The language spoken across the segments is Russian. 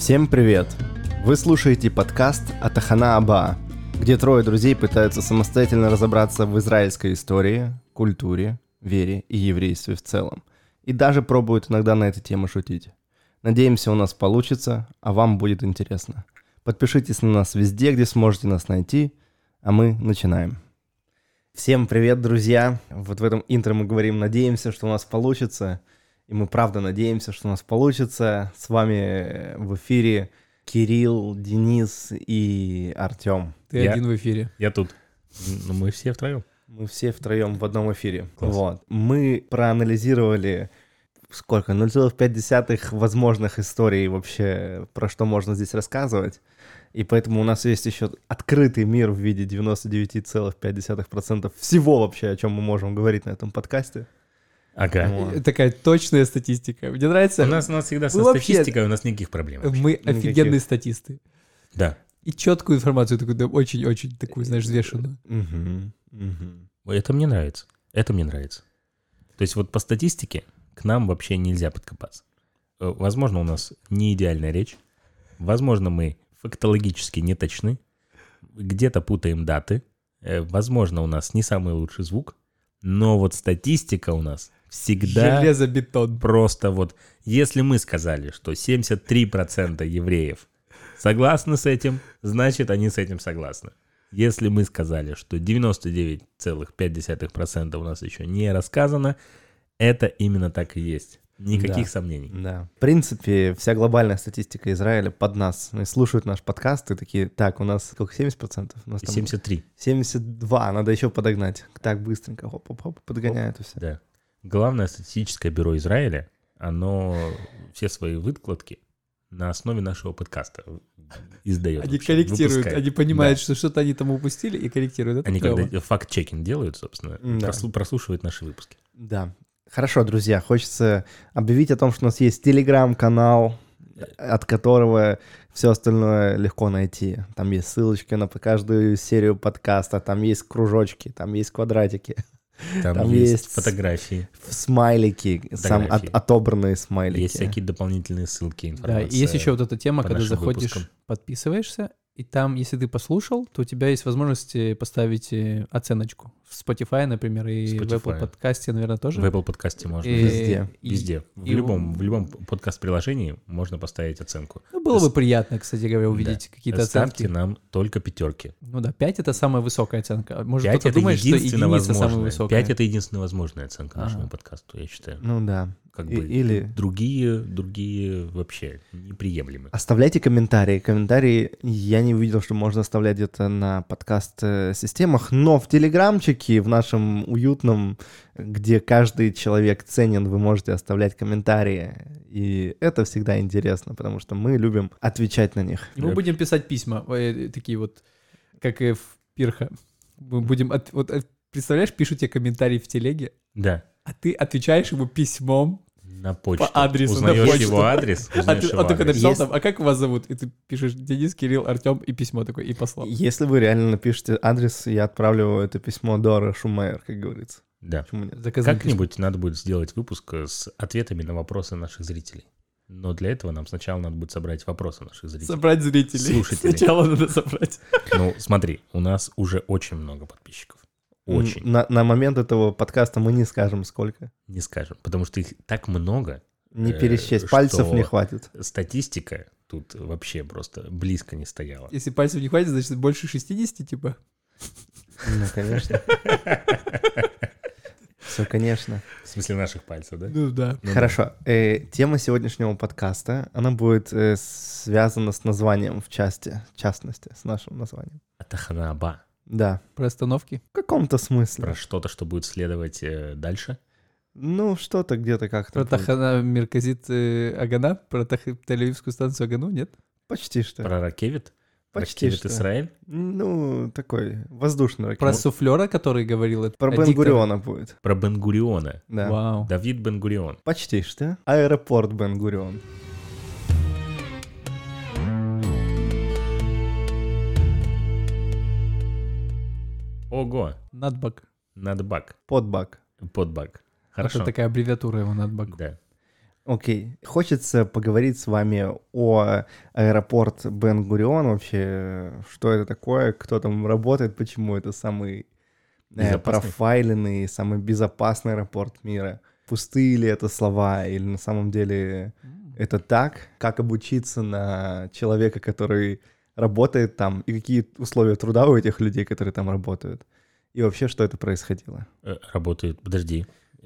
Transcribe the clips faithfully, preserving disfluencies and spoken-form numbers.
Всем привет! Вы слушаете подкаст «Атахана Аба», где трое друзей пытаются самостоятельно разобраться в израильской истории, культуре, вере и еврействе в целом. И даже пробуют иногда на эту тему шутить. Надеемся, у нас получится, а вам будет интересно. Подпишитесь на нас везде, где сможете нас найти, а мы начинаем. Всем привет, друзья! Вот в этом интро мы говорим «надеемся, что у нас получится». И мы правда надеемся, что у нас получится. С вами в эфире Кирилл, Денис и Артем. Ты я, один в эфире. Я тут. Ну, мы все втроем. Мы все втроем в одном эфире. Класс. Вот. Мы проанализировали сколько? ноль целых пять десятых возможных историй вообще, про что можно здесь рассказывать. И поэтому у нас есть еще открытый мир в виде девяносто девять целых пять десятых процента всего вообще, о чем мы можем говорить на этом подкасте. Ага. Вот. Такая точная статистика. Мне нравится. У нас, у нас всегда со вообще- статистикой, у нас никаких проблем. вообще. Мы Никаких. офигенные статисты. Да. И четкую информацию, такую, да, очень-очень такую, знаешь, взвешенную. Мгм, мгм. Это мне нравится. Это мне нравится. То есть вот по статистике к нам вообще нельзя подкопаться. Э, Возможно, у нас не идеальная речь. Возможно, мы фактологически не точны. Где-то путаем даты. Э, Возможно, у нас не самый лучший звук. Но вот статистика у нас всегда... Железобетон. Просто вот, если мы сказали, что семьдесят три процента евреев согласны с этим, значит, они с этим согласны. Если мы сказали, что девяносто девять целых пять десятых процента у нас еще не рассказано, это именно так и есть. Никаких Да. сомнений. Да. В принципе, вся глобальная статистика Израиля под нас. Они слушают наш подкаст и такие, так, у нас сколько, семьдесят процентов? У нас там семьдесят три. семьдесят два, надо еще подогнать. Так быстренько, хоп-хоп-хоп, подгоняют и все. Да. Главное статистическое бюро Израиля, оно все свои выкладки на основе нашего подкаста издает. Они вообще, корректируют, выпускает. они понимают, Да. что что-то они там упустили и корректируют. Это Они клево. когда факт-чекинг делают, собственно, Да. прослу- прослушивают наши выпуски. Да. Хорошо, друзья, хочется объявить о том, что у нас есть телеграм-канал, от которого все остальное легко найти. Там есть ссылочки на каждую серию подкаста, там есть кружочки, там есть квадратики, Там, Там есть, есть фотографии, смайлики, сам от- Фотографии. отобранные смайлики. есть всякие дополнительные ссылки, Да, информация. и есть еще вот эта тема, по когда нашим заходишь, выпускам. подписываешься, и там, если ты послушал, то у тебя есть возможность э, поставить э, оценочку. В Spotify, например, и в Spotify. Apple подкасте, наверное, тоже. В Apple подкасте можно. И- Везде. и- Везде. В и- любом, в любом подкаст-приложении можно поставить оценку. Ну, было бы С- приятно, кстати говоря, увидеть Да. какие-то Ставьте оценки. нам только пятерки. Ну да, пять это самая высокая оценка. Может, Пять кто-то это думает, что единственно единица самая возможная. высокая. Пять это единственно возможная оценка Ага. нашему подкасту, я считаю. Ну да. Как И- бы или- другие, другие вообще неприемлемы. Оставляйте комментарии. Комментарии я не увидел, что можно оставлять где-то на подкаст-системах, но в телеграмчике, в нашем уютном, где каждый человек ценен, вы можете оставлять комментарии. И это всегда интересно, потому что мы любим отвечать на них. И мы будем писать письма, э, такие вот, как и в Пирха. Мы будем, от- вот э, представляешь, пишу тебе комментарий в телеге, Да. а ты отвечаешь ему письмом. На почту. адресу, на Узнаешь почту. его адрес, А узнаешь ты, его он такой адрес. написал Есть- там, а как вас зовут? И ты пишешь Денис, Кирилл, Артем, и письмо такое, и послал. Если вы реально напишите адрес, я отправлю это письмо Дора Шумейер, как говорится. Да. Почему нет? Заказное Как-нибудь надо будет сделать выпуск с ответами на вопросы наших зрителей. Но для этого нам сначала надо будет собрать вопросы наших письмо. зрителей. Собрать зрителей. Слушателей. Сначала надо собрать. Ну, смотри, у нас уже очень много подписчиков. Очень. На, на момент этого подкаста мы не скажем, сколько. Не скажем. Потому что их так много. Не Э, пересчесть, пальцев что- не хватит. Статистика тут вообще просто близко не стояла. Если пальцев не хватит, значит больше шестидесяти, типа. Ну, конечно. Все, конечно. В смысле наших пальцев, да? Ну да. Ну Хорошо. Э, тема сегодняшнего подкаста, она будет э, связана с названием в части, в частности, с нашим названием. Атахана Аба. Да, Про остановки. в каком-то смысле. Про что-то, что будет следовать э, дальше. Ну, что-то где-то как-то. Про будет. Тахана Мерказит э, Агана? Про Тах- Тель-Авивскую станцию Агану, нет? Почти что. Про Ракевит. Почти Ракевит что. Израиль. Ну, такой воздушный ракет. Про суфлера, который говорил это. Про диктор. Бен-Гуриона будет. Про Бен-Гуриона. Да. Вау. Давид Бен-Гурион. Почти что. Аэропорт Бен-Гурион. Ого. Надбак. Надбак. Подбак. Подбак. Хорошо. Это такая аббревиатура его Надбак. Да. Окей. Хочется поговорить с вами о аэропорт Бен-Гурион вообще. Что это такое, кто там работает, почему это самый э, профайленный, самый безопасный аэропорт мира. Пустые ли это слова или на самом деле это так? Как обучиться на человека, который работает там, и какие условия труда у этих людей, которые там работают? И вообще, что это происходило? Работает, подожди.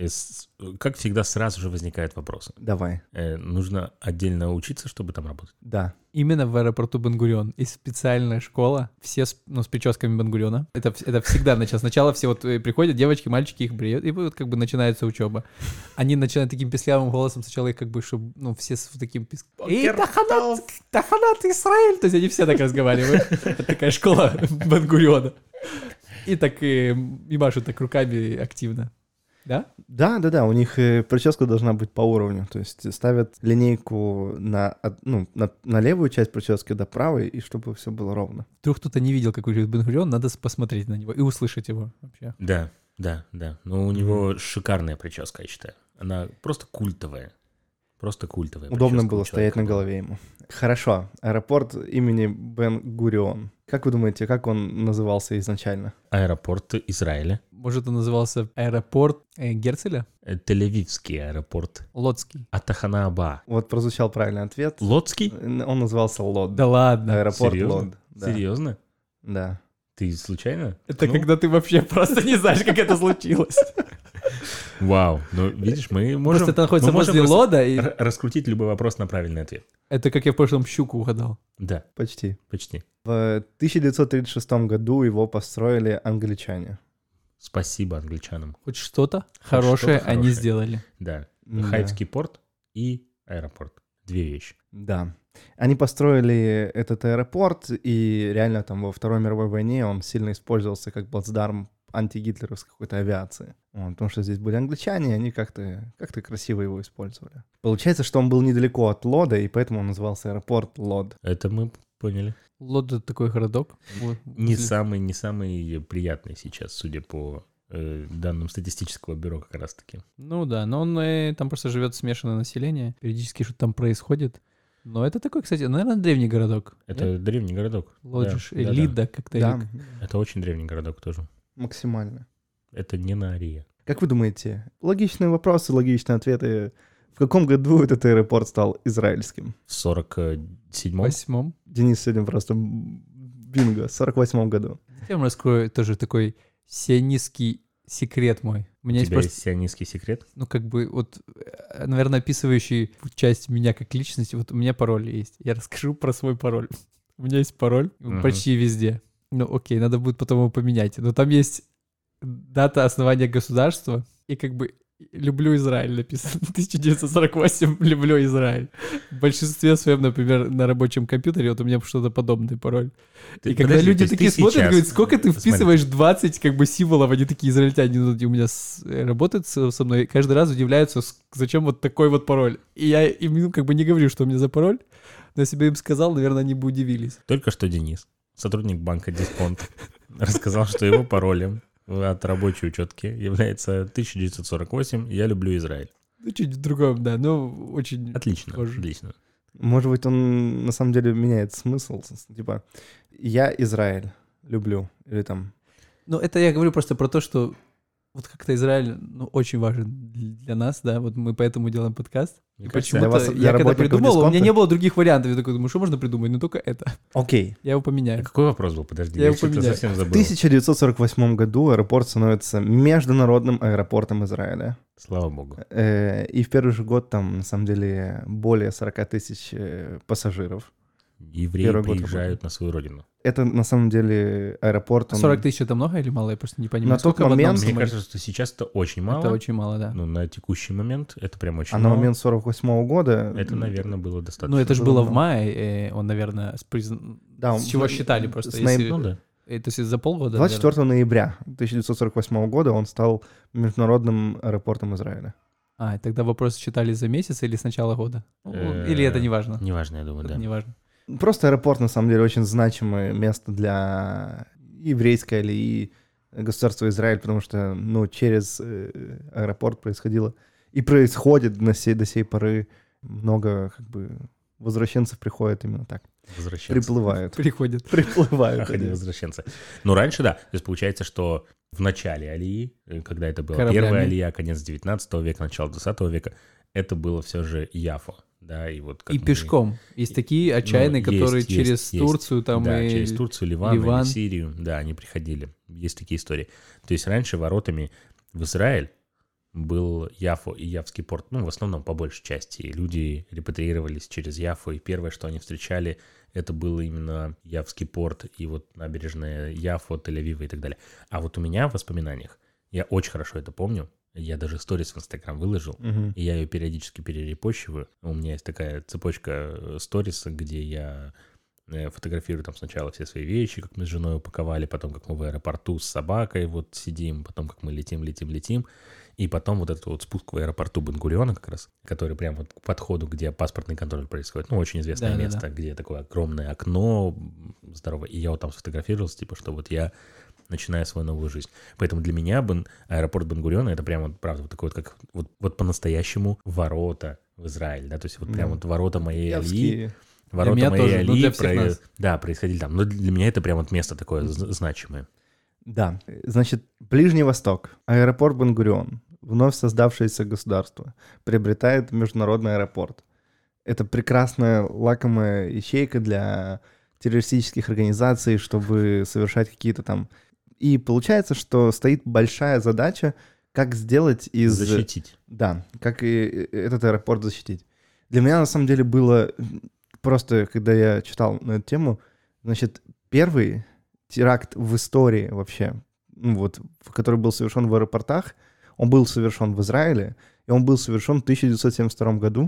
Как всегда, сразу же возникают вопросы. Давай. Э, нужно отдельно учиться, чтобы там работать? Да. Именно в аэропорту Бен-Гурион есть специальная школа, все с, ну, с прическами Бен-Гуриона. Это, это всегда начало. Сначала все вот приходят, девочки, мальчики, их бреют, и вот как бы начинается учеба. Они начинают таким песклявым голосом, сначала их как бы, чтобы, ну, все с таким песклявым... «Эй, Таханат, Таханат, Израиль!» То есть они все так разговаривают. Это такая школа Бен-Гуриона. И так и, и машут так руками активно. Да? Да, да, да, у них прическа должна быть по уровню, то есть ставят линейку на, ну, на, на левую часть прически до правой, и чтобы все было ровно. Вдруг кто-то не видел, как выглядит Бен-Гурион, надо посмотреть на него и услышать его вообще. Да, да, да, но у него шикарная прическа, я считаю. Она просто культовая. Просто культовая. Удобно было стоять на голове ему. Хорошо, аэропорт имени Бен-Гурион. Как вы думаете, как он назывался изначально? Аэропорт Израиля. Может, он назывался аэропорт э, Герцеля? Тель-Авивский аэропорт. Лодский. Атахана Аба. Вот прозвучал правильный ответ. Лодский? Он назывался Лод. Да ладно. Аэропорт Серьезно? Лод. Да. Серьезно? Да. Ты случайно? Это Ну? когда ты вообще просто не знаешь, как это случилось. Вау. Ну, видишь, мы можем... Просто это находится мы можем возле просто Лода. И... р- раскрутить любой вопрос на правильный ответ. Это как я в прошлом щуку угадал. Да, Почти. почти. В тысяча девятьсот тридцать шестом году его построили англичане. Спасибо англичанам. Хоть что-то Хоть хорошее что-то они хорошее. сделали. Да. Да. Хайфский порт и аэропорт. Две вещи. Да. Они построили этот аэропорт, и реально там во Второй мировой войне он сильно использовался как плацдарм антигитлеровской какой-то авиации. Вот, потому что здесь были англичане, и они как-то, как-то красиво его использовали. Получается, что он был недалеко от Лода, и поэтому он назывался аэропорт Лод. Это мы поняли. Лод — это такой городок. Вот. Не самый, не самый приятный сейчас, судя по э, данным статистического бюро как раз-таки. Ну да, но он э, там просто живет смешанное население. Периодически что-то там происходит. Но это такой, кстати, наверное, древний городок. Это Нет? древний городок. Лоджиш, Да, да, Лида, да. как-то. Да, или- Это очень древний городок тоже. максимально. Это не на Ария. Как вы думаете, логичные вопросы, логичные ответы. В каком году этот аэропорт стал израильским? В сорок седьмом? восьмом. Денис сегодня просто бинго, в сорок восьмом году. Я вам раскрою тоже такой сионистский секрет мой. У У меня есть тебя просто, есть сионистский секрет? ну, как бы, вот, э, наверное, описывающий часть меня как личности. Вот у меня пароль есть. Я расскажу про свой пароль. У меня есть пароль Мгм. почти везде. Ну, окей, надо будет потом его поменять. Но там есть дата основания государства и как бы «Люблю Израиль» написано. тысяча девятьсот сорок восемь «Люблю Израиль». В большинстве своем, например, на рабочем компьютере вот у меня что-то подобный пароль. Ты- И когда подожди, люди то есть такие ты смотрят, сейчас- говорят, сколько ты Смотри. вписываешь двадцать как бы символов, они такие израильтяне ну, у меня с- э, работают со со мной, и каждый раз удивляются, с- зачем вот такой вот пароль. И я им ну, как бы не говорю, что у меня за пароль, но если бы им сказал, наверное, они бы удивились. Только что Денис, сотрудник банка Дисконт, рассказал, что его паролем от рабочей учетки является тысяча девятьсот сорок восемь «Я люблю Израиль». Ну, чуть в другом, да, но очень... Отлично, Похоже. отлично. Может быть, он на самом деле меняет смысл. Типа, я Израиль люблю. Или там... Ну, это я говорю просто про то, что вот как-то Израиль, ну, очень важен для нас, да, вот мы поэтому делаем подкаст. Мне И кажется, для почему-то вас, для я когда работников придумал, у меня дисконта? не было других вариантов. Я такой думаю, что можно придумать? Ну, только это. Окей. Я его А поменяю. какой вопрос был? Подожди, Я я, его что-то поменяю. совсем В забыл. тысяча девятьсот сорок восьмом году аэропорт становится международным аэропортом Израиля. Слава богу. Э, И в первый же год там, на самом деле, более сорок тысяч э, пассажиров. Евреи Первый год приезжают на свою родину. Это, на самом деле, аэропорт... он- сорок тысяч это много или мало? Я просто не понимаю. На тот Сколько в одном момент- Мне самолете? кажется, что сейчас это очень мало. Это очень мало, да. Ну, на текущий момент это прям очень А на мало. момент сорок восьмого года... Это, наверное, было достаточно. Ну, это же было было в много. мае, э, он, наверное, с, призн- Да, с чего он- считали просто. с нояб- Если... Ну да. э, То есть за полгода, двадцать четвёртого ноября тысяча девятьсот сорок восьмого года он стал международным аэропортом Израиля. А, и тогда вопрос считали за месяц или с начала года? Ну, Э, Или это не важно? Неважно, я думаю, Это да. не важно. Просто аэропорт, на самом деле, очень значимое место для еврейской или и государства Израиль, потому что, ну, через э, аэропорт происходила И происходит на сей, до сей поры много как бы возвращенцев приходят именно так. Возвращенцы. Приплывают. Приходят. Приплывают. Ах, они возвращенцы. Ну, раньше, да. То есть получается, что в начале Алии, когда это была Кораблями. первая Алия, конец девятнадцатого века, начало двадцатого века, это было все же Яфа. Да, и вот как И мы- пешком. Есть такие отчаянные, Ну, есть, которые есть, через есть. Турцию там да, и... через Турцию, Ливан, Ливан. или Сирию, да, они приходили. Есть такие истории. То есть раньше воротами в Израиль был Яфо и Явский порт, ну, в основном, по большей части. И люди репатриировались через Яфу, и первое, что они встречали, это был именно Явский порт и вот набережная Яфо, Тель-Авива и так далее. А вот у меня в воспоминаниях, я очень хорошо это помню, я даже сторис в Инстаграм выложил, Мгм. и я ее периодически перерепощиваю. У меня есть такая цепочка сторис, где я э, фотографирую там сначала все свои вещи, как мы с женой упаковали, потом как мы в аэропорту с собакой вот сидим, потом как мы летим, летим, летим. И потом вот этот вот спуск в аэропорту Бен-Гуриона как раз, который прямо вот к подходу, где паспортный контроль происходит. Ну, очень известное Да-да-да. место, где такое огромное окно здоровое. И я вот там сфотографировался, типа, что вот я начинаю свою новую жизнь. Поэтому для меня Бен, аэропорт Бен-Гуриона — это прямо, вот, правда, вот такой вот, как вот, вот по-настоящему ворота в Израиль, да, то есть вот прям Да. вот ворота моей Алии. Явские. Ворота меня моей тоже, ну, Алии для всех про- нас. да, происходили там. Но для меня это прям вот место такое з- значимое. Да. Значит, Ближний Восток, аэропорт Бен-Гурион, вновь создавшееся государство, приобретает международный аэропорт. Это прекрасная лакомая ячейка для террористических организаций, чтобы совершать какие-то там... И получается, что стоит большая задача, как сделать из... Защитить. Да, как и этот аэропорт защитить. Для меня, на самом деле, было просто, когда я читал на эту тему, значит, первый теракт в истории вообще, ну вот, в- который был совершен в аэропортах, он был совершен в Израиле, и он был совершен в тысяча девятьсот семьдесят втором году.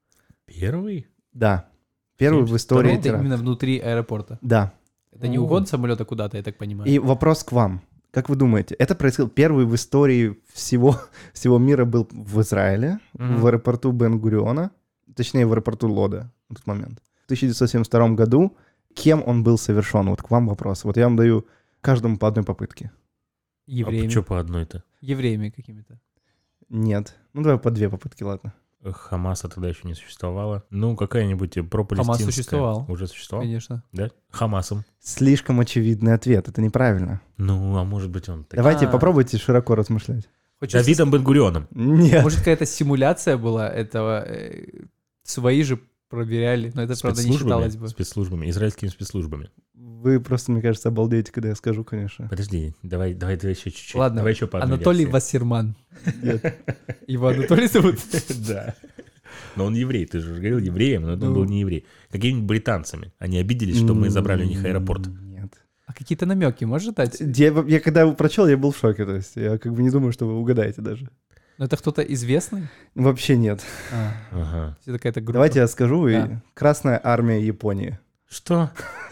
Первый? Да, первый в семьдесят истории втором? Это теракт. именно внутри аэропорта. Да. Это не О. угон самолета куда-то, я так понимаю. И вопрос к вам. Как вы думаете, это происходило первый в истории всего, всего мира был в Израиле, Мгм. в аэропорту Бен-Гуриона, точнее, в аэропорту Лода на тот момент. В тысяча девятьсот семьдесят втором году кем он был совершен? Вот к вам вопрос. Вот я вам даю каждому по одной попытке. Евреями. А что по одной-то? Евреями какими-то. Нет. Ну, давай по две попытки, ладно. Хамаса тогда еще не существовало. Ну, какая-нибудь пропалестинская. существовал. Уже существовал? Конечно. Да? Хамасом. Слишком очевидный ответ, это неправильно. Ну, а может быть он... так- Давайте А. попробуйте широко размышлять. Хочется Давидом Бен-Гурионом. Нет. Может, какая-то симуляция была этого? э, Свои же проверяли, но это, правда, не Спецслужбами, считалось бы. спецслужбами, израильскими спецслужбами. Вы просто, мне кажется, обалдеете, когда я скажу, конечно. Подожди, давай, давай, давай еще чуть-чуть. Ладно, Давай еще по одной Анатолий версии. Вассерман. Нет. Его Анатолий зовут? Да. Но он еврей, ты же уже говорил евреем, но он Ну. был не еврей. Какими-нибудь британцами. Они обиделись, что мы забрали у них аэропорт. Нет. А какие-то намеки можешь дать? Я, я когда его прочел, я был в шоке, то есть я как бы не думаю, что вы угадаете даже. Ну, это кто-то известный? Вообще нет. А, Ага. это какая-то группа. Давайте я скажу. И Да. Красная армия Японии. Что?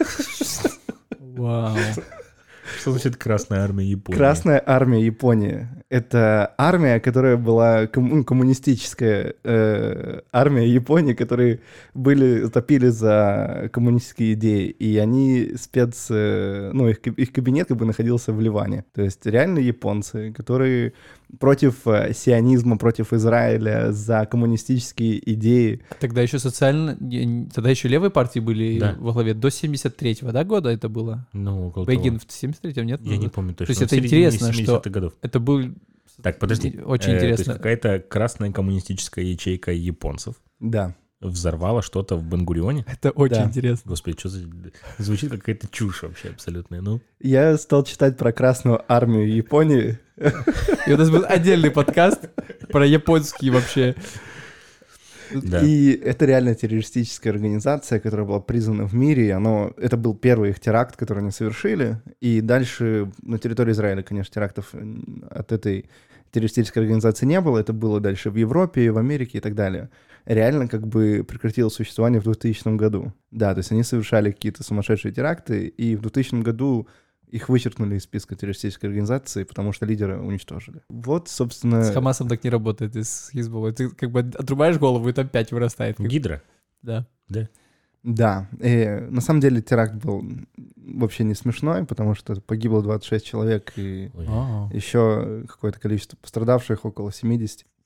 Вау. Что значит Красная армия Японии? Красная армия Японии. Это армия, которая была ком- ну, коммунистическая э, армия Японии, которые были топили за коммунистические идеи, и они спец, э, ну их, ка- их кабинет как бы находился в Ливане. То есть реально японцы, которые против э, сионизма, против Израиля, за коммунистические идеи. Тогда еще социально... не- Тогда еще левые партии были Да. во главе. До семьдесят третьего, да, года это было? Ну, около Бегин того. в семьдесят третьем, нет? Я не помню точно. есть но это в середине интересно, что- семидесятых годов. Это был... Так, подожди. Очень Э, интересно. То есть какая-то красная коммунистическая ячейка японцев Да. взорвала что-то в Бен-Гурионе? Это очень Да. интересно. Господи, что за... Звучит как какая-то чушь вообще абсолютная. Ну, Я стал читать про Красную армию Японии. И у нас был отдельный подкаст про японские вообще. да. И это реально террористическая организация, которая была признана в мире. И оно, это был первый их теракт, который они совершили. И дальше на территории Израиля, конечно, терактов э, от этой террористической организации не было. Это было дальше в Европе, в Америке и так далее. Реально как бы прекратило существование в двухтысячном году. Да, то есть они совершали какие-то сумасшедшие теракты, и в двухтысячном году их вычеркнули из списка террористической организации, потому что лидера уничтожили. Вот, собственно... С Хамасом так не работает, и с Хизбаллой. Ты как бы отрубаешь голову, и там пять вырастает. Как- Гидра. Да. Да, и на самом деле теракт был вообще не смешной, потому что погибло двадцать шесть человек и Ой. А. еще какое-то количество пострадавших, около семьдесят.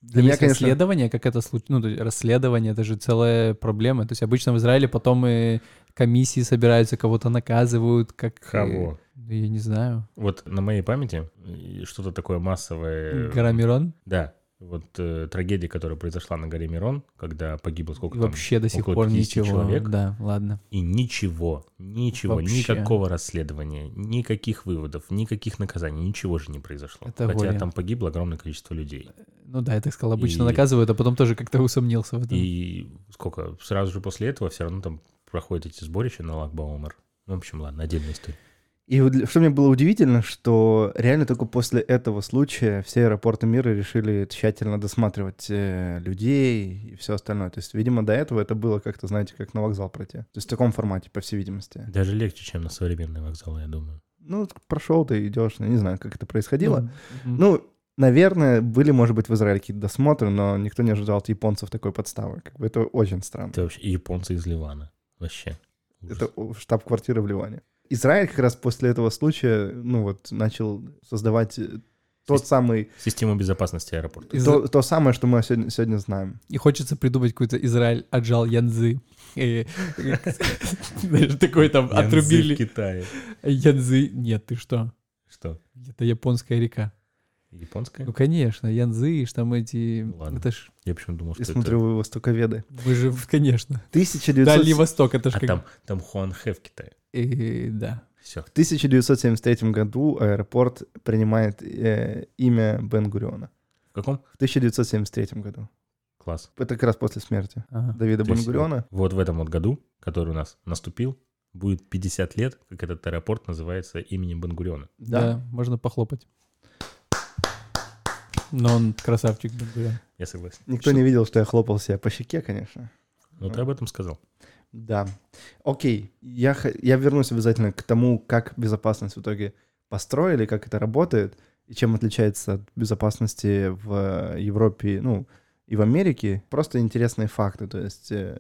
Для меня, Есть конечно... расследование, как это случилось, ну, то есть расследование, это же целая проблема. То есть обычно в Израиле потом и комиссии собираются, кого-то наказывают, как... Кого? э, Я не знаю. Вот на моей памяти э, что-то такое массовое... Гора Мирон? Да. Вот э, трагедия, которая произошла на горе Мирон, когда погибло сколько И там? вообще до сих около пор пятьдесят ничего. человек. Да, ладно. И ничего, ничего, Вообще. никакого расследования, никаких выводов, никаких наказаний, ничего же не произошло. Это Хотя горе. там погибло огромное количество людей. Ну да, я так сказал, обычно И- наказывают, а потом тоже как-то усомнился в этом. И сколько? Сразу же после этого все равно там проходят эти сборища на Lag-Баумер. Ну, в общем, ладно, отдельная история. И вот что мне было удивительно, что реально только после этого случая все аэропорты мира решили тщательно досматривать э, людей и все остальное. То есть, видимо, до этого это было как-то, знаете, как на вокзал пройти. То есть в таком формате, по всей видимости. Даже легче, чем на современный вокзал, я думаю. Ну, прошел ты, идешь, я не знаю, как это происходило. Мгм. Ну, наверное, были, может быть, в Израиле какие-то досмотры, но никто не ожидал от японцев такой подставы. Как бы это очень странно. Это вообще японцы из Ливана. Вообще. Ужас. Это о, штаб-квартира в Ливане. Израиль как раз после этого случая, ну вот, начал создавать э, тот Сис- самый, Система безопасности аэропорта. Из- то, то самое, что мы сегодня, сегодня знаем. И хочется придумать какой-то Израиль отжал Янзы. И, знаешь, такой там Янцзы в отрубили. Китае. Янзы. Нет, ты что? Что? Это японская река. Японская? Ну, конечно, Янзы, ж там эти... Ну, ладно. Это ж... Я почему думал, что Я это... смотрю, вы востоковеды. Мы же, конечно. тысяча девятьсот... Дальний Восток, это ж А как... там, там Хуанхэ в Китае. И, да. Все. В тысяча девятьсот семьдесят третьем году аэропорт принимает э, имя Бен-Гуриона. В каком? В тысяча девятьсот семьдесят третьем году. Класс. Это как раз после смерти Ага. Давида То есть Бен-Гуриона. Вот в этом вот году, который у нас наступил, будет пятьдесят лет, как этот аэропорт называется именем Бен-Гуриона. Да. можно похлопать. Но он красавчик, Бен Гурион. Я согласен. Никто не видел, что я хлопал себя по щеке, конечно. Ну, ты об этом сказал. Да. Окей. Я, х- я вернусь обязательно к тому, как безопасность в итоге построили, как это работает, и чем отличается от безопасности в Европе, ну, и в Америке. Просто интересные факты. То есть э,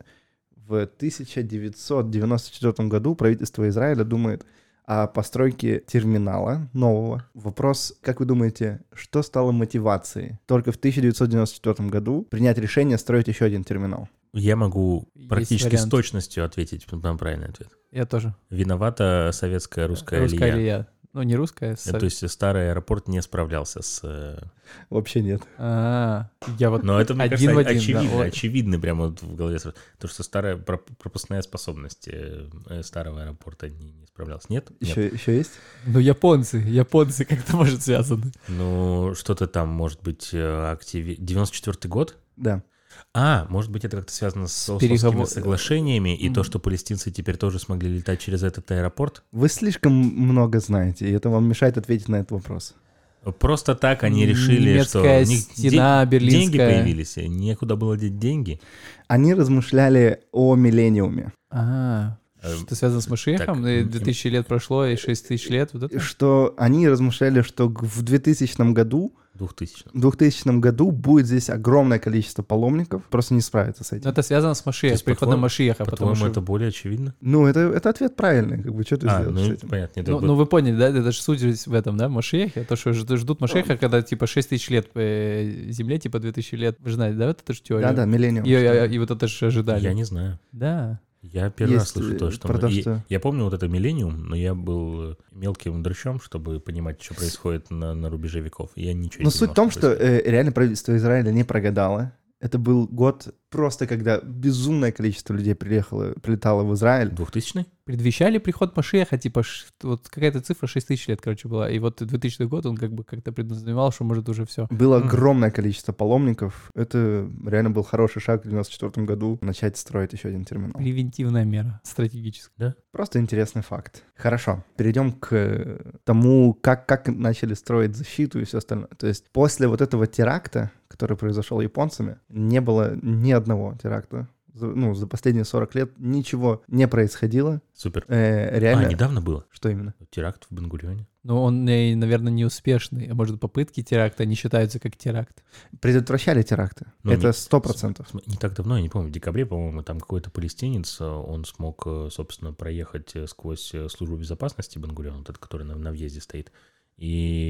в тысяча девятьсот девяносто четвёртом году правительство Израиля думает о постройке терминала нового. Вопрос, как вы думаете, что стало мотивацией только в тысяча девятьсот девяносто четвёртом году принять решение строить еще один терминал? Я могу Есть практически с вариант. точностью ответить на правильный ответ. Я тоже. Виновата советская русская Русская Алия. Алия. Ну, не русская, Э, со- То есть старый аэропорт не справлялся с... э, Вообще нет. А, я вот Но это, мне один кажется, в один, да, очевидно, ой. очевидно прямо вот в голове. сразу. То, что старая проп- пропускная способность э, э, старого аэропорта не, не справлялась. Нет? Нет. Еще, еще есть? Ну, японцы, японцы как-то, может, связаны. Ну, что-то там, может быть, э, активи... девяносто четвёртый год? Да. А, может быть, это как-то связано с Ословскими переговор- соглашениями и то, Мгм. что палестинцы теперь тоже смогли летать через этот аэропорт? Вы слишком много знаете, и это вам мешает ответить на этот вопрос. Просто так они решили, Немецкая что у них стена ден- деньги берлинская. появились, и некуда было деть деньги. Они размышляли о миллениуме, Ага. Э, Что связано с Машиехом? так, И м, две тысячи лет прошло, и шесть тысяч лет. Вот это? что они размышляли, что г- в двухтысячном году, двухтысячном. в двухтысячном году будет здесь огромное количество паломников, просто не справиться с Но этим. это связано с То Машиехом, есть, с приходом по-твоему- Машиеха. Потому По-твоему, что... это более очевидно? Ну, это, это ответ правильный, как бы, что ты А, сделаешь ну, с этим? понятно. это Ну, вот- ну, вы поняли, да? Это же суть здесь в этом, да? Машиехе. То, что жд- ждут Машиеха, когда, типа, шесть тысяч лет э, Земле, типа, две тысячи лет. Вы же знаете, да? Вот это же теория. Да-да, миллениум. И, и- и вот это же ожидали. Я не знаю. Да. Я первый раз Есть, слышу э, то, что... про то, и- что- Я помню вот это миллениум, но я был э, мелким дрыщом, чтобы понимать, что происходит на, на рубеже веков. И я ничего Но не суть понимал, в том, что происходит. э, реально правительство Израиля не прогадало. Это был год просто, когда безумное количество людей приехало, прилетало в Израиль. Двухтысячный? Предвещали приход Машиеха, типа, ш- вот какая-то цифра шесть тысяч лет, короче, была. И вот двухтысячный год он как бы как-то предназначал, что может уже все. Было Мгм. огромное количество паломников. Это реально был хороший шаг в девяносто четвёртом году начать строить еще один терминал. Превентивная мера, стратегическая. Просто интересный факт. Хорошо, перейдем к тому, как, как начали строить защиту и все остальное. То есть после вот этого теракта, который произошел японцами, не было ни одного теракта. За- Ну, за последние сорок лет ничего не происходило. Супер. Э, реально... А, недавно было. Что именно? Теракт в Бен-Гурионе. Но он, э, наверное, не успешный. А может, попытки теракта не считаются как теракт. Предотвращали теракты. Ну, Это не- сто процентов. См- Не так давно, я не помню, в декабре, по-моему, там какой-то палестинец, э, он смог, э, собственно, проехать э, сквозь э, службу безопасности Бен-Гуриона, вот этот, который на, на въезде стоит. И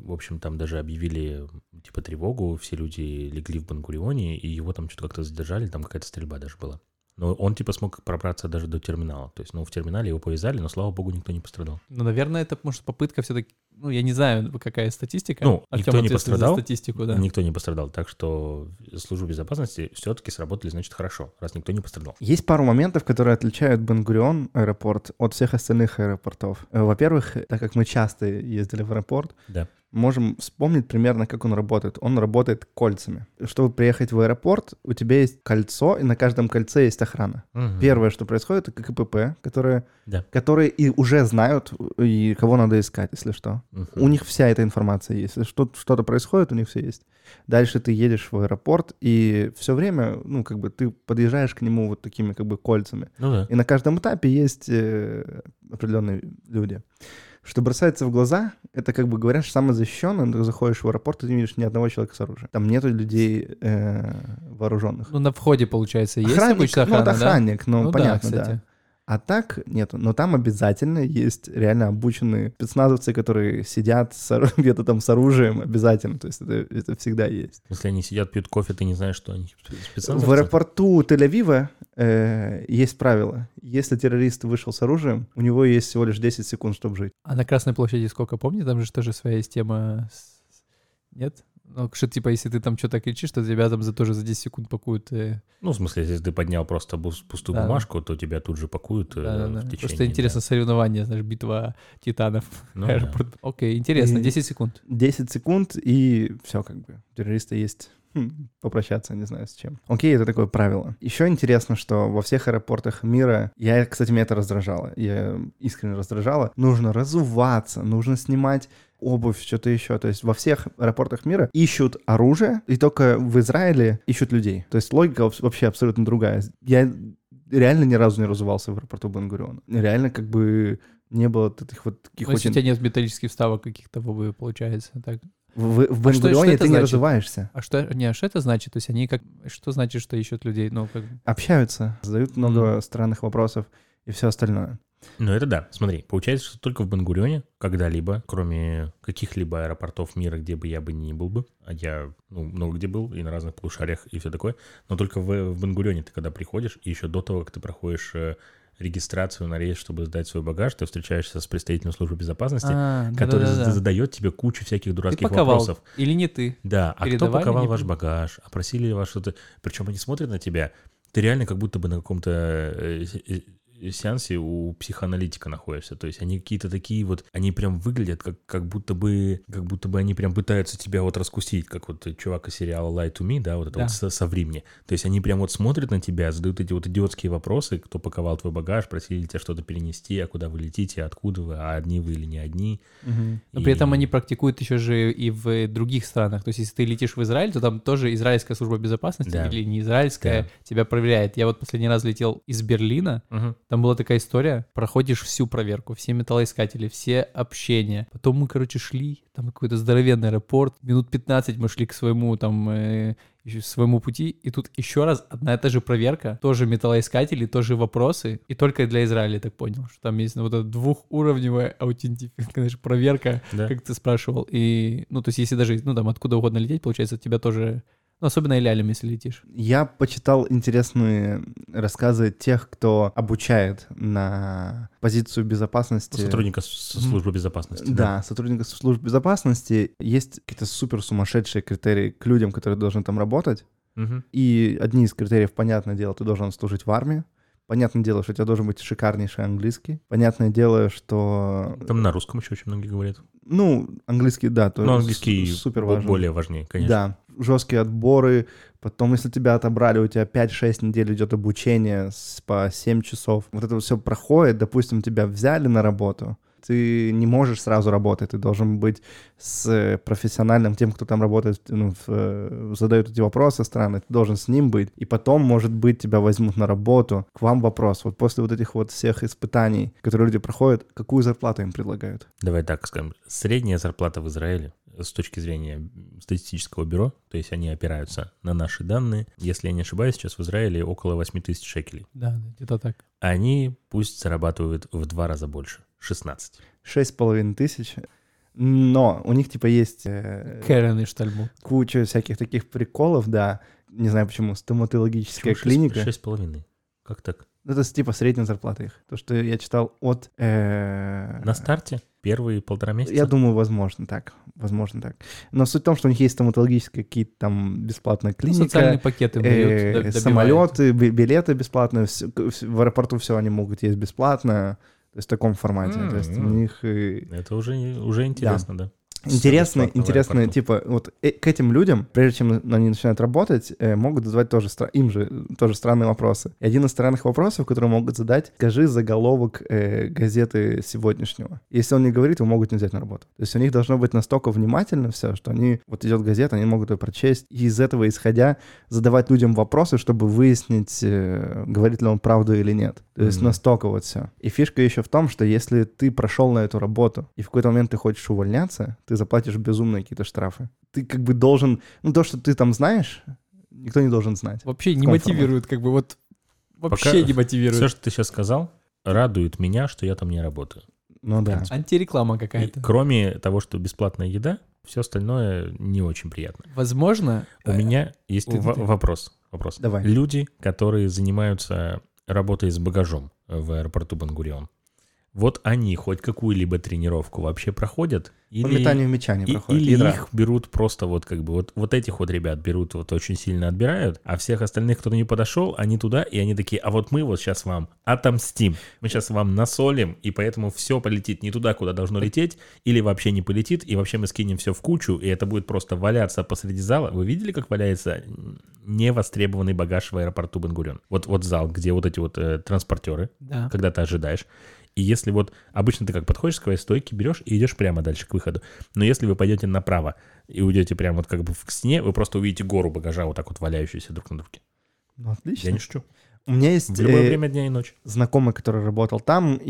в общем, там даже объявили, типа, тревогу, все люди легли в Бен-Гурионе, и его там что-то как-то задержали, там какая-то стрельба даже была. Но он, типа, смог пробраться даже до терминала. То есть, ну, в терминале его повязали, но, слава богу, никто не пострадал. Ну, наверное, это, может, попытка все-таки... Ну, я не знаю, какая статистика. Ну, Артём никто не ответственный пострадал. за статистику, да. Никто не пострадал. Так что службы безопасности все-таки сработали, значит, хорошо, раз никто не пострадал. Есть пару моментов, которые отличают Бен-Гурион аэропорт от всех остальных аэропортов. Во-первых, так как мы часто ездили в аэропорт, Да. можем вспомнить примерно, как он работает. Он работает кольцами. Чтобы приехать в аэропорт, у тебя есть кольцо, и на каждом кольце есть охрана. Угу. Первое, что происходит, это КПП, которые, Да. которые и уже знают, и кого надо искать, если что. Угу. У них вся эта информация есть. Если что- что-то происходит, у них все есть. Дальше ты едешь в аэропорт, и все время, ну, как бы ты подъезжаешь к нему вот такими как бы кольцами. Ну да. И на каждом этапе есть э, определенные люди. Что бросается в глаза, это, как бы говорят, самое защищенное. Ты заходишь в аэропорт, и ты не видишь ни одного человека с оружием. Там нету людей э, вооруженных. Ну, на входе, получается, есть Охранник, обычно ну, охрана, это да? охранник, ну, Ну да, понятно, да. кстати. А так нету. Но там обязательно есть реально обученные спецназовцы, которые сидят с ор- где-то там с оружием обязательно. То есть это, это всегда есть. Если они сидят, пьют кофе, ты не знаешь, что они специалисты. В аэропорту Тель-Авива э, есть правило. Если террорист вышел с оружием, у него есть всего лишь десять секунд, чтобы жить. А на Красной площади сколько, помните? Там же тоже своя есть тема. с- Нет? Ну, что, типа, если ты там что-то кричишь, то тебя там за тоже за десять секунд пакуют. э, Ну, в смысле, если ты поднял просто бус- пустую Да. бумажку, то тебя тут же пакуют э, да-да-да. в течение... Просто интересно соревнование, знаешь, битва титанов. Ну да. Аэропорт. Окей, интересно, И- десять секунд. десять секунд, и все как бы. У террориста есть хм, попрощаться, не знаю с чем. Окей, это такое правило. Еще интересно, что во всех аэропортах мира, я, кстати, меня это раздражало, я искренне раздражало, нужно разуваться, нужно снимать обувь, что-то еще. То есть во всех аэропортах мира ищут оружие, и только в Израиле ищут людей. То есть логика вс- вообще абсолютно другая. Я реально ни разу не разувался в аэропорту Бен-Гуриона. Реально как бы не было вот этих вот таких Ну, если у очень... тебя нет металлических вставок каких-то в обуви, получается. Так. В, в А что- что Бен-Гурионе это ты не значит? разуваешься. А что, не, а что это значит? То есть они как... Что значит, что ищут людей? Ну, как... Общаются, задают много странных вопросов и все остальное. Ну, это да. Смотри, получается, что только в Бен-Гурионе когда-либо, кроме каких-либо аэропортов мира, где бы я бы ни был бы, а я ну, много где был, и на разных полушариях, и все такое, но только в, в Бен-Гурионе ты когда приходишь, и еще до того, как ты проходишь э, регистрацию на рейс, чтобы сдать свой багаж, ты встречаешься с представителем службы безопасности, А, который да-да-да. задает тебе кучу всяких Ты дурацких паковал. вопросов. Или не ты? Да, а кто Передавали, паковал не ваш помню. багаж, а просили ли вас что-то... Причем они смотрят на тебя, ты реально как будто бы на каком-то э, э, сеансе у психоаналитика находишься. То есть они какие-то такие вот, они прям выглядят, как, как будто бы, как будто бы они прям пытаются тебя вот раскусить, как вот чувак из сериала Lie to Me, да, вот это Да. вот со- «Соври мне». То есть они прям вот смотрят на тебя, задают эти вот идиотские вопросы, кто паковал твой багаж, просили тебя что-то перенести, а куда вы летите, откуда вы, а одни вы или не одни. Но при этом И- они практикуют еще же и в других странах. То есть, если ты летишь в Израиль, то там тоже израильская служба безопасности Да. или не израильская Да. тебя проверяет. Я вот последний раз летел из Берлина, Мгм. там была такая история, проходишь всю проверку, все металлоискатели, все общения. Потом мы, короче, шли, там какой-то здоровенный аэропорт, минут пятнадцать мы шли к своему там... э, ещё своему пути, и тут еще раз одна и та же проверка, тоже металлоискатели, тоже вопросы, и только для Израиля, я так понял, что там есть ну, вот эта двухуровневая аутентификация, конечно, проверка, Да. как ты спрашивал, и, ну, то есть если даже, ну, там, откуда угодно лететь, получается, тебя тоже, ну, особенно Илялем, если летишь. Я почитал интересные рассказы тех, кто обучает на позицию безопасности. Сотрудника со службы безопасности. Да, сотрудников служб безопасности. Есть какие-то супер сумасшедшие критерии к людям, которые должны там работать. Мгм. И одни из критериев, понятное дело, ты должен служить в армии. Понятное дело, что у тебя должен быть шикарнейший английский. Понятное дело, что... Там на русском еще очень многие говорят. Ну, английский, да, то Но английский супер бо- важен. более важнее, конечно. Да, жесткие отборы. Потом, если тебя отобрали, у тебя пять-шесть недель идет обучение с- по семь часов. Вот это все проходит, допустим, тебя взяли на работу, ты не можешь сразу работать, ты должен быть с профессиональным тем, кто там работает, ну, в, э, задает эти вопросы странные, ты должен с ним быть, и потом, может быть, тебя возьмут на работу. К вам вопрос, вот после вот этих вот всех испытаний, которые люди проходят, какую зарплату им предлагают? Давай так скажем. Средняя зарплата в Израиле с точки зрения статистического бюро, то есть они опираются на наши данные. Если я не ошибаюсь, сейчас в Израиле около восемь тысяч шекелей. Да, да, где-то так. Они пусть зарабатывают в два раза больше. шестнадцать. Шесть с половиной тысяч. Но у них, типа, есть э, Кэрен и Штальму. куча всяких таких приколов, да. Не знаю почему, стоматологическая Почему клиника. шесть с половиной? Как так? Это типа средняя зарплата их. То, что я читал от... э, На старте? Первые полтора месяца? Я думаю, возможно так. Возможно так. Но суть в том, что у них есть стоматологические какие-то там бесплатная Ну, клиника. социальные пакеты им дают, э, д- добивают. самолеты, би- билеты бесплатные. всё- к- в аэропорту все они могут есть бесплатно. То есть в таком формате. То есть у М-м. них... э, Это уже, уже интересно, да. Всё Интересно, бесплатно в интересно, аэропорту. типа, вот э, к этим людям, прежде чем они начинают работать, э, могут задавать тоже, стра- им же тоже странные вопросы. И один из странных вопросов, который могут задать, скажи заголовок э, газеты сегодняшнего. Если он не говорит, его могут не взять на работу. То есть у них должно быть настолько внимательно все, что они, вот идет газета, они могут ее прочесть, и из этого исходя задавать людям вопросы, чтобы выяснить, э, говорит ли он правду или нет. То есть Мгм. настолько вот все. И фишка еще в том, что если ты прошел на эту работу, и в какой-то момент ты хочешь увольняться, ты заплатишь безумные какие-то штрафы. Ты как бы должен... Ну, то, что ты там знаешь, никто не должен знать. Вообще не каком мотивирует, как бы вот вообще Пока не мотивирует. Все, что ты сейчас сказал, радует меня, что я там не работаю. Ну да. Антиреклама И какая-то. кроме того, что бесплатная еда, все остальное не очень приятно. Возможно, У э, меня есть ты- во- ты- вопрос. вопрос. Давай. Люди, которые занимаются работой с багажом в аэропорту Бен-Гурион, вот они хоть какую-либо тренировку вообще проходят? По Или, метанию мяча не и- проходит. или ядра. их берут просто вот как бы, вот, вот этих вот ребят берут, вот очень сильно отбирают, а всех остальных, кто не подошел, они туда, и они такие, а вот мы вот сейчас вам отомстим, мы сейчас вам насолим, и поэтому все полетит не туда, куда должно лететь, или вообще не полетит, и вообще мы скинем все в кучу, и это будет просто валяться посреди зала. Вы видели, как валяется невостребованный багаж в аэропорту Бен-Гурион? Вот, вот зал, где вот эти вот э, транспортеры, да. когда ты ожидаешь. И если вот обычно ты как подходишь к своей стойке, берешь и идешь прямо дальше к выходу. Но если вы пойдете направо и уйдете прямо вот как бы к стене, вы просто увидите гору багажа вот так вот валяющуюся друг на друге. Ну, отлично. Я не шучу. У меня есть В любое э, время дня и ночи. знакомый, который работал там,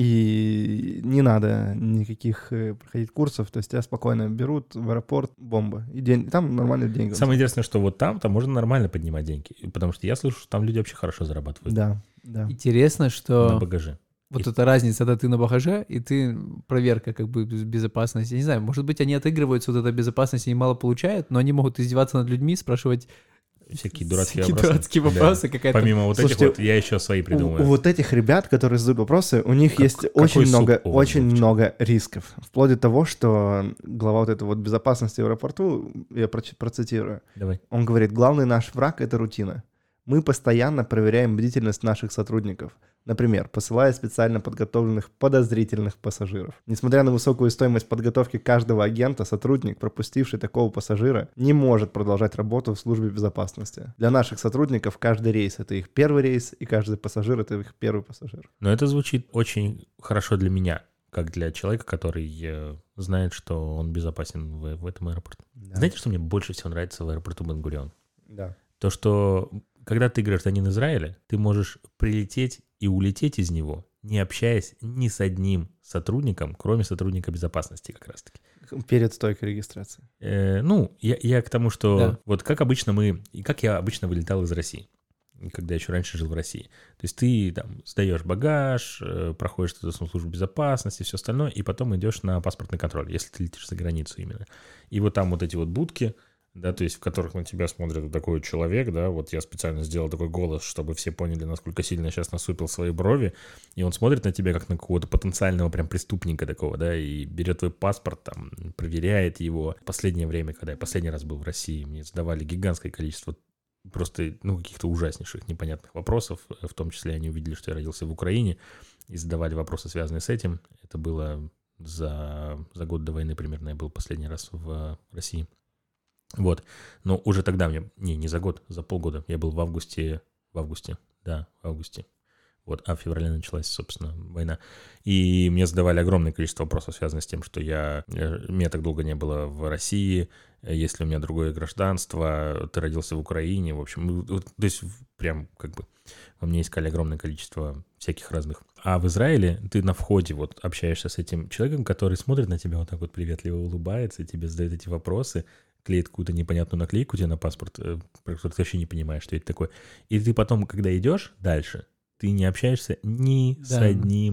и не надо никаких э, проходить курсов. То есть тебя спокойно берут в аэропорт, бомба. И день, там нормальные деньги. Самое интересное, что вот там, там можно нормально поднимать деньги. Потому что я слышу, что там люди вообще хорошо зарабатывают Да, да. Интересно, на что багаже. вот И- эта разница, когда ты на багаже, и ты проверка как бы без- безопасности. Я не знаю, может быть, они отыгрываются, вот эта безопасность, они мало получают, но они могут издеваться над людьми, спрашивать Всякие дурацкие всякие вопросы. дурацкие Да. вопросы, какая-то... Помимо вот Слушайте, этих вот, я еще свои У, придумаю. у вот этих ребят, которые задают вопросы, у них Как- есть какой очень суп много, у вас очень был вчера? много рисков. Вплоть до того, что глава вот этой вот безопасности в аэропорту, я проч- процитирую, Давай. он говорит, главный наш враг — это рутина. Мы постоянно проверяем бдительность наших сотрудников. Например, посылая специально подготовленных подозрительных пассажиров. Несмотря на высокую стоимость подготовки каждого агента, сотрудник, пропустивший такого пассажира, не может продолжать работу в службе безопасности. Для наших сотрудников каждый рейс — это их первый рейс, и каждый пассажир — это их первый пассажир. Но это звучит очень хорошо для меня, как для человека, который э, знает, что он безопасен в, в этом аэропорту. Да. Знаете, что мне больше всего нравится в аэропорту Бен-Гурион? Да. То, что когда ты гражданин Израиля, ты можешь прилететь и улететь из него, не общаясь ни с одним сотрудником, кроме сотрудника безопасности как раз-таки. Перед стойкой регистрации. Э, ну, я, я к тому, что Да. вот как обычно мы, и как я обычно вылетал из России, когда еще раньше жил в России. То есть ты там сдаешь багаж, э, проходишь эту службу безопасности, все остальное, и потом идешь на паспортный контроль, если ты летишь за границу именно. И вот там вот эти вот будки, да, то есть в которых на тебя смотрит вот такой человек, да, вот я специально сделал такой голос, чтобы все поняли, насколько сильно я сейчас насупил свои брови, и он смотрит на тебя как на какого-то потенциального прям преступника такого, да, и берет твой паспорт, там, проверяет его. В последнее время, когда я последний раз был в России, мне задавали гигантское количество просто, ну, каких-то ужаснейших, непонятных вопросов, в том числе они увидели, что я родился в Украине, и задавали вопросы, связанные с этим. Это было за, за год до войны примерно, я был последний раз в России. Вот, но уже тогда мне, не, не за год, за полгода, я был в августе, в августе, да, в августе, вот, а в феврале началась, собственно, война, и мне задавали огромное количество вопросов, связанных с тем, что я, меня так долго не было в России, есть ли у меня другое гражданство, ты родился в Украине, в общем, вот, то есть прям как бы во мне искали огромное количество всяких разных. А в Израиле ты на входе вот общаешься с этим человеком, который смотрит на тебя вот так вот приветливо улыбается, тебе задает эти вопросы, клеит какую-то непонятную наклейку тебе на паспорт, э, про которую ты вообще не понимаешь, что это такое. И ты потом, когда идешь дальше, ты не общаешься ни Да. с одним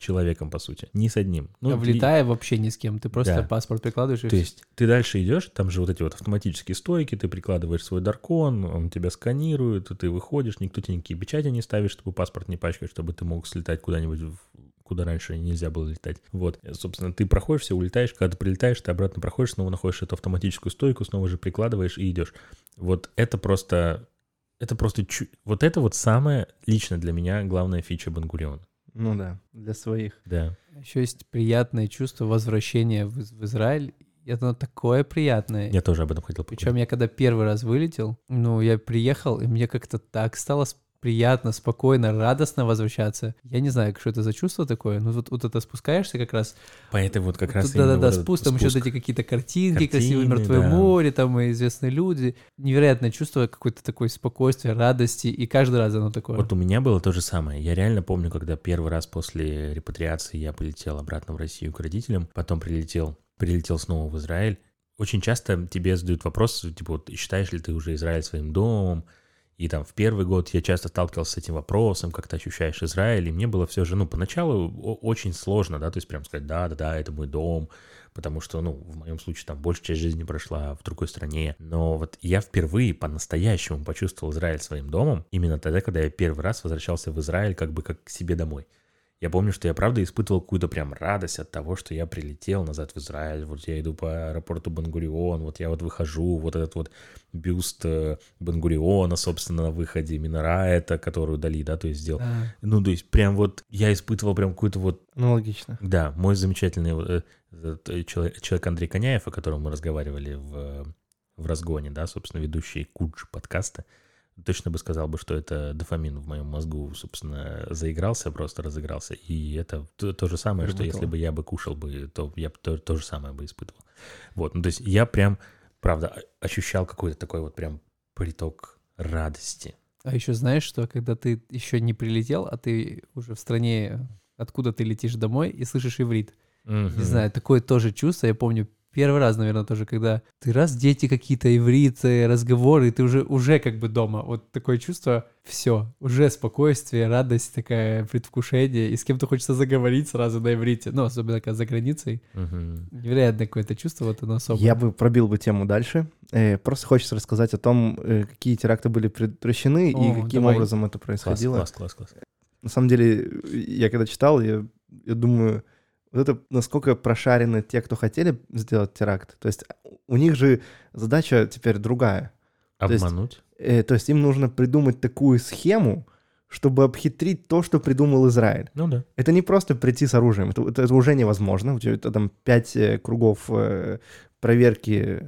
человеком, по сути. Ни с одним. Ну, а влетая вообще ни с кем. Ты просто да. паспорт прикладываешь и То всё. есть ты дальше идешь, там же вот эти вот автоматические стойки, ты прикладываешь свой даркон, он тебя сканирует, ты выходишь, никто тебе никакие печати не ставит, чтобы паспорт не пачкать, чтобы ты мог слетать куда-нибудь, в- куда раньше нельзя было летать. Вот, собственно, ты проходишь все, улетаешь, когда ты прилетаешь, ты обратно проходишь, снова находишь эту автоматическую стойку, снова же прикладываешь и идешь. Вот это просто, это просто, чу... вот это вот самая лично для меня главная фича Бен-Гуриона. Ну да, для своих. Да. Еще есть приятное чувство возвращения в, в Израиль. Это оно такое приятное. Я тоже об этом хотел поговорить. Причем я когда первый раз вылетел, ну, я приехал, и мне как-то так стало с- приятно, спокойно, радостно возвращаться. Я не знаю, что это за чувство такое, но вот, вот это спускаешься как раз. По этой вот как раз Тут, да-да-да, именно вот этот спуск, там еще спуск. вот эти какие-то картинки, Картины, красивое мертвое да. море, там и известные люди. Невероятное чувство какое-то такое спокойствие, радости, и каждый раз оно такое. Вот у меня было то же самое. Я реально помню, когда первый раз после репатриации я полетел обратно в Россию к родителям, потом прилетел, прилетел снова в Израиль. Очень часто тебе задают вопрос, типа, вот, считаешь ли ты уже Израиль своим домом? И там в первый год я часто сталкивался с этим вопросом, как ты ощущаешь Израиль, и мне было все же, ну, поначалу о- очень сложно, да, то есть прям сказать, да-да-да, это мой дом, потому что, ну, в моем случае там большая часть жизни прошла в другой стране, но вот я впервые по-настоящему почувствовал Израиль своим домом именно тогда, когда я первый раз возвращался в Израиль как бы как к себе домой. Я помню, что я правда испытывал какую-то прям радость от того, что я прилетел назад в Израиль, вот я иду по аэропорту Бен-Гурион, вот я вот выхожу, вот этот вот бюст э, Бен-Гуриона, собственно, на выходе, минара эта, которую Дали, да, то есть сделал. Да. Ну, то есть прям вот я испытывал прям какую-то вот, Аналогично. да, мой замечательный э, э, человек, человек Андрей Коняев, о котором мы разговаривали в, в разгоне, да, собственно, ведущий Кудж подкаста, точно бы сказал бы, что это дофамин в моем мозгу, собственно, заигрался, просто разыгрался. И это то, то же самое, что Работало. если бы я бы кушал бы, то я бы то, то же самое бы испытывал. Вот, ну то есть я прям, правда, ощущал какой-то такой вот прям приток радости. А еще знаешь, что когда ты еще не прилетел, а ты уже в стране, откуда ты летишь домой, и слышишь иврит. Мгм. Не знаю, такое тоже чувство. Я помню первый раз, наверное, тоже, когда ты раз дети какие-то, ивриты, разговоры, и ты уже, уже как бы дома. Вот такое чувство, все, уже спокойствие, радость такая, предвкушение, и с кем-то хочется заговорить сразу на иврите, ну, особенно когда за границей. Мгм. Невероятное какое-то чувство, вот оно особое. Я бы пробил бы тему дальше. Э, Просто хочется рассказать о том, э, какие теракты были предотвращены и О, каким давай. образом это Класс, происходило. класс, класс, класс. На самом деле, я когда читал, я, я думаю, вот это насколько прошарены те, кто хотели сделать теракт. То есть у них же задача теперь другая. То есть- Обмануть? Э, То есть им нужно придумать такую схему, чтобы обхитрить то, что придумал Израиль. Ну да. Это не просто прийти с оружием, это, это- это уже невозможно. У тебя это там пять э, кругов э, проверки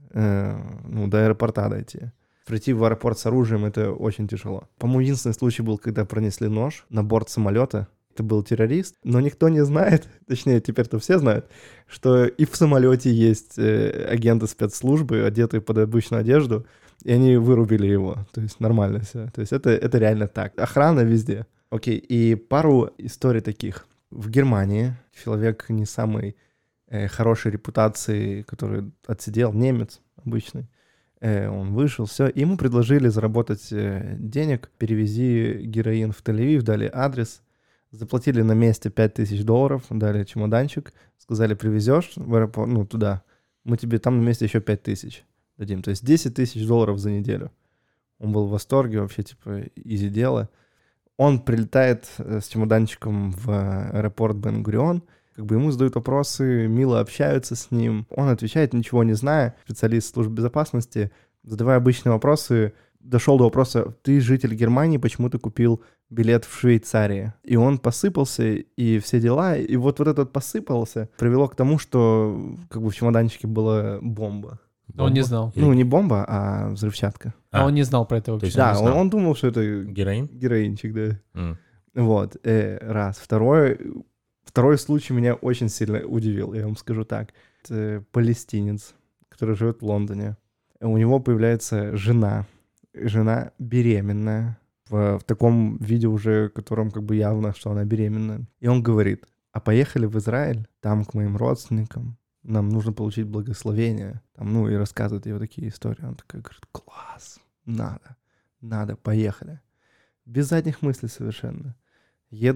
э, ну, до аэропорта дойти. Прийти в аэропорт с оружием — это очень тяжело. По-моему, единственный случай был, когда пронесли нож на борт самолета. Это был террорист, но никто не знает, точнее, теперь-то все знают, что и в самолете есть э, агенты спецслужбы, одетые под обычную одежду, и они вырубили его. То есть нормально все. То есть это, это реально так. Охрана везде. Окей, и пару историй таких. В Германии человек не самой э, хорошей репутации, который отсидел, немец обычный, э, он вышел, все, ему предложили заработать э, денег, перевези героин в Тель-Авив, дали адрес, заплатили на месте пять тысяч долларов, дали чемоданчик, сказали, привезешь в аэропорт, ну, туда, мы тебе там на месте еще пять тысяч дадим. То есть десять тысяч долларов за неделю. Он был в восторге, вообще, типа, изи дело. Он прилетает э, с чемоданчиком в аэропорт Бен-Гурион, как бы ему задают вопросы, мило общаются с ним. Он отвечает, ничего не зная. Специалист службы безопасности, задавая обычные вопросы, дошел до вопроса, ты житель Германии, почему ты купил билет в Швейцарии? И он посыпался, и все дела. И вот, вот этот посыпался привело к тому, что как бы в чемоданчике была бомба. Он не Бомба? знал. Или- Ну, не бомба, а взрывчатка. А А, он не знал про это то вообще. есть Да, не он, знал. он думал, что это Героин? героинчик, да. М. Вот, э, раз. Второй, второй случай меня очень сильно удивил, я вам скажу так. Это палестинец, который живет в Лондоне. У него появляется жена. Жена беременная. В, в таком виде уже, в котором как бы явно, что она беременна. И он говорит, а поехали в Израиль, там к моим родственникам. Нам нужно получить благословение. Там, ну, и рассказывает ей вот такие истории. Он такой говорит, класс, надо, надо, поехали. Без задних мыслей совершенно. Едут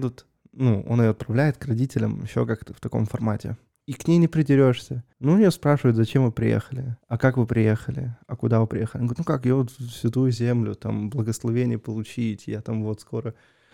ну, он ее отправляет к родителям еще как-то в таком формате. И к ней не придерешься. Ну, ее спрашивают, зачем вы приехали? А как вы приехали? А куда вы приехали? Он говорит, ну как, я вот в Святую Землю, там, благословение получить, я там вот скоро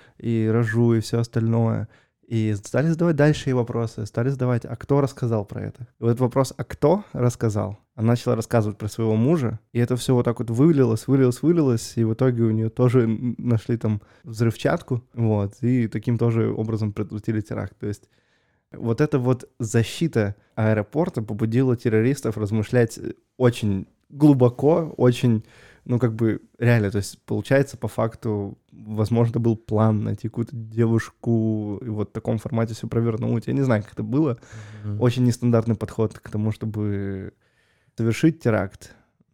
и рожу, и все остальное. И стали задавать дальше ей вопросы, стали задавать, а кто рассказал про это? И вот этот вопрос, а кто рассказал? Она начала рассказывать про своего мужа, и это все вот так вот вылилось, вылилось, вылилось, и в итоге у нее тоже нашли там взрывчатку, вот, и таким тоже образом предотвратили теракт. То есть вот эта вот защита аэропорта побудила террористов размышлять очень глубоко, очень, ну, как бы, реально, то есть, получается, по факту, возможно, был план найти какую-то девушку и вот в таком формате все провернуть. Я не знаю, как это было. Mm-hmm. Очень нестандартный подход к тому, чтобы совершить теракт.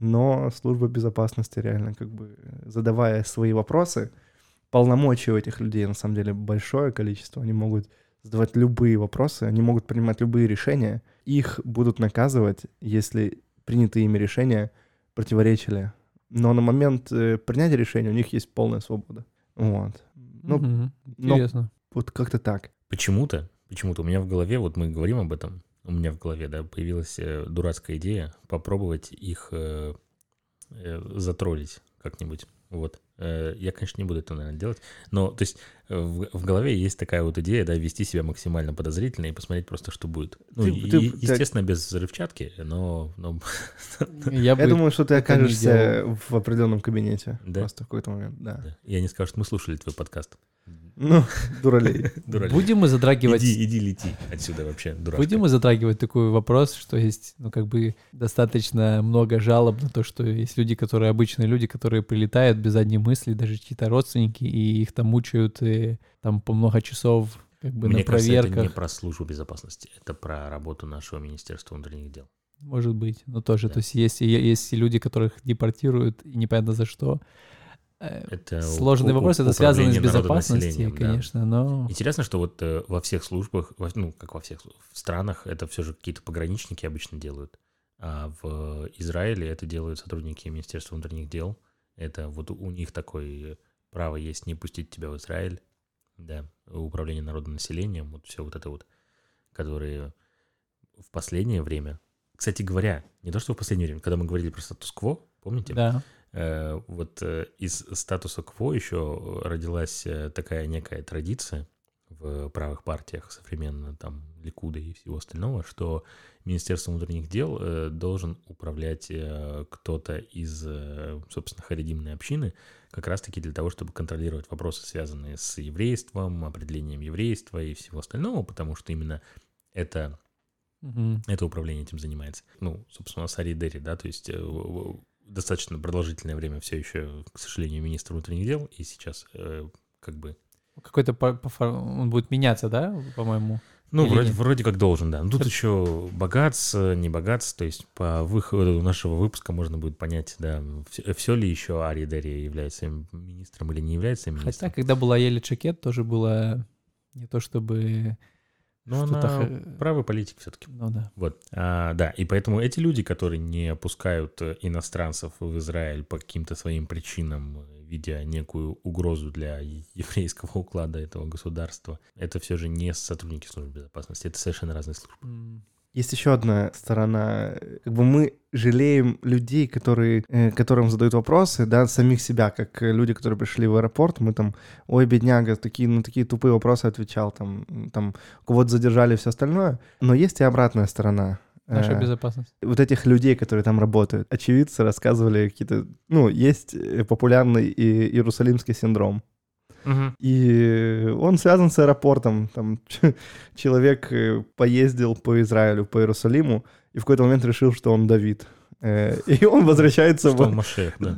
Но служба безопасности реально, как бы, задавая свои вопросы, полномочий у этих людей, на самом деле, большое количество. Они могут задавать любые вопросы, они могут принимать любые решения. Их будут наказывать, если принятые ими решения противоречили. Но на момент э, принятия решения у них есть полная свобода. Вот. Ну, угу. Интересно. Но вот как-то так. Почему-то, почему-то у меня в голове, вот мы говорим об этом, у меня в голове, да, появилась э, дурацкая идея попробовать их э, э, затроллить как-нибудь. Вот. Э, я, конечно, не буду это, наверное, делать. Но, то есть, в, в голове есть такая вот идея, да, вести себя максимально подозрительно и посмотреть просто, что будет. Ну, ты, и, ты, естественно, ты... без взрывчатки, но... но... Я, я думаю, что ты окажешься в определенном кабинете. Да? Просто в какой-то момент, да. да. И они скажут, мы слушали твой подкаст. Ну, дуралей. дуралей. Будем мы затрагивать... Иди, иди, лети отсюда вообще, дурашка. Будем мы затрагивать такой вопрос, что есть, ну, как бы, достаточно много жалоб на то, что есть люди, которые обычные люди, которые прилетают без задней мысли, даже чьи-то родственники, и их там мучают и, там по много часов, как бы, Мне на проверках. Мне кажется, это не про службу безопасности, это про работу нашего Министерства внутренних дел. Может быть, но тоже, да. То есть есть, есть люди, которых депортируют, и непонятно за что. Это сложный у, вопрос, у, это связано с безопасностью, конечно, да. но... Интересно, что вот э, во всех службах, во, ну, как во всех в странах, это все же какие-то пограничники обычно делают, а в Израиле это делают сотрудники Министерства внутренних дел. Это вот у них такое право есть не пустить тебя в Израиль, да, управление народонаселением, вот все вот это вот, которые в последнее время... Кстати говоря, не то, что в последнее время, когда мы говорили про статус-кво, помните? Да. Вот из статуса кво еще родилась такая некая традиция в правых партиях современно, там, Ликуда и всего остального, что Министерство внутренних дел должен управлять кто-то из, собственно, харидимной общины, как раз-таки для того, чтобы контролировать вопросы, связанные с еврейством, определением еврейства и всего остального, потому что именно это, mm-hmm. это управление этим занимается. Ну, собственно, Сари Дерри, да, то есть... достаточно продолжительное время все еще, к сожалению, министр внутренних дел, и сейчас э, как бы... Какой-то по, по, он будет меняться, да, по-моему? Ну, вроде, вроде как должен, да. Но тут еще богатство, не богатство, то есть по выходу нашего выпуска можно будет понять, да, все, все ли еще Ари Дерри является министром или не является министром. Хотя, когда была Ели Чакет, тоже было не то чтобы... Но она правый политик все-таки. Ну да. Вот. А, да, и поэтому эти люди, которые не пускают иностранцев в Израиль по каким-то своим причинам, видя некую угрозу для еврейского уклада этого государства, это все же не сотрудники службы безопасности, это совершенно разные службы. Есть еще одна сторона. Как бы мы жалеем людей, которые, э, которым задают вопросы, да, самих себя, как люди, которые пришли в аэропорт, мы там, ой, бедняга, такие, на такие тупые вопросы отвечал, там, там кого-то задержали и все остальное. Но есть и обратная сторона. Наша э, безопасность. Вот этих людей, которые там работают. Очевидцы рассказывали какие-то... Ну, есть популярный и Иерусалимский синдром. Uh-huh. И он связан с аэропортом. Там человек поездил по Израилю, по Иерусалиму, и в какой-то момент решил, что он Давид. И он возвращается... Что в... он Машех, да.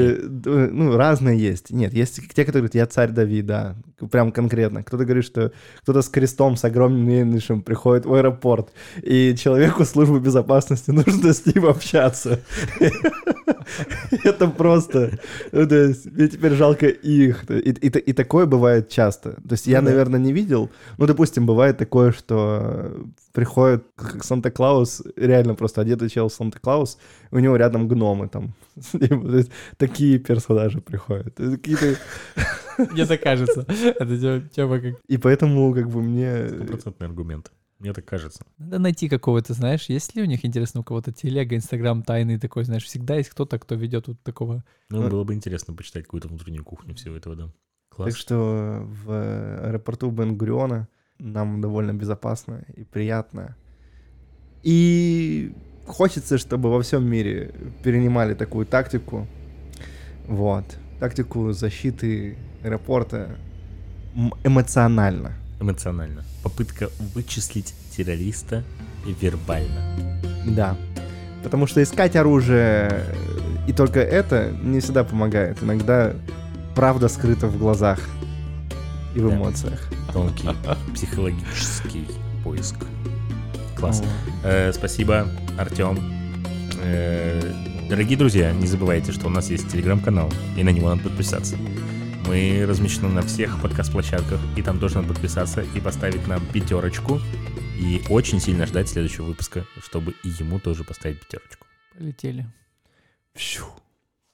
Ну, разные есть. Нет, есть те, которые говорят, я царь Давид, да. Прям конкретно. Кто-то говорит, что кто-то с крестом, с огромным приходит в аэропорт, и человеку службы безопасности нужно с ним общаться. Это просто... Ну, то есть, мне теперь жалко их. И, и, и такое бывает часто. То есть я, ну, наверное, не видел. Ну, допустим, бывает такое, что приходит как Санта-Клаус, реально просто одетый чел Санта-Клаус, у него рядом гномы там. Такие персонажи приходят. Какие-то... Мне так кажется. Это Тёма как... И поэтому, как бы, мне... Стопроцентный аргумент. Мне так кажется. Надо найти какого-то, знаешь, есть ли у них, интересно, у кого-то телега, инстаграм тайный такой, знаешь, всегда есть кто-то, кто ведет вот такого... Ну, было бы интересно почитать какую-то внутреннюю кухню всего этого, да. Класс. Так что в аэропорту Бен-Гуриона нам довольно безопасно и приятно. И хочется, чтобы во всем мире перенимали такую тактику. Вот. Тактику защиты аэропорта эмоционально. Эмоционально. Попытка вычислить террориста вербально. Да. Потому что искать оружие и только это не всегда помогает. Иногда правда скрыта в глазах и в Да. эмоциях. Тонкий психологический поиск. Класс. Э, спасибо, Артем. Э, дорогие друзья, не забывайте, что у нас есть телеграм-канал, и на него надо подписаться. Мы размещены на всех подкаст-площадках, и там тоже надо подписаться и поставить нам пятерочку. И очень сильно ждать следующего выпуска, чтобы и ему тоже поставить пятерочку. Полетели. Фью.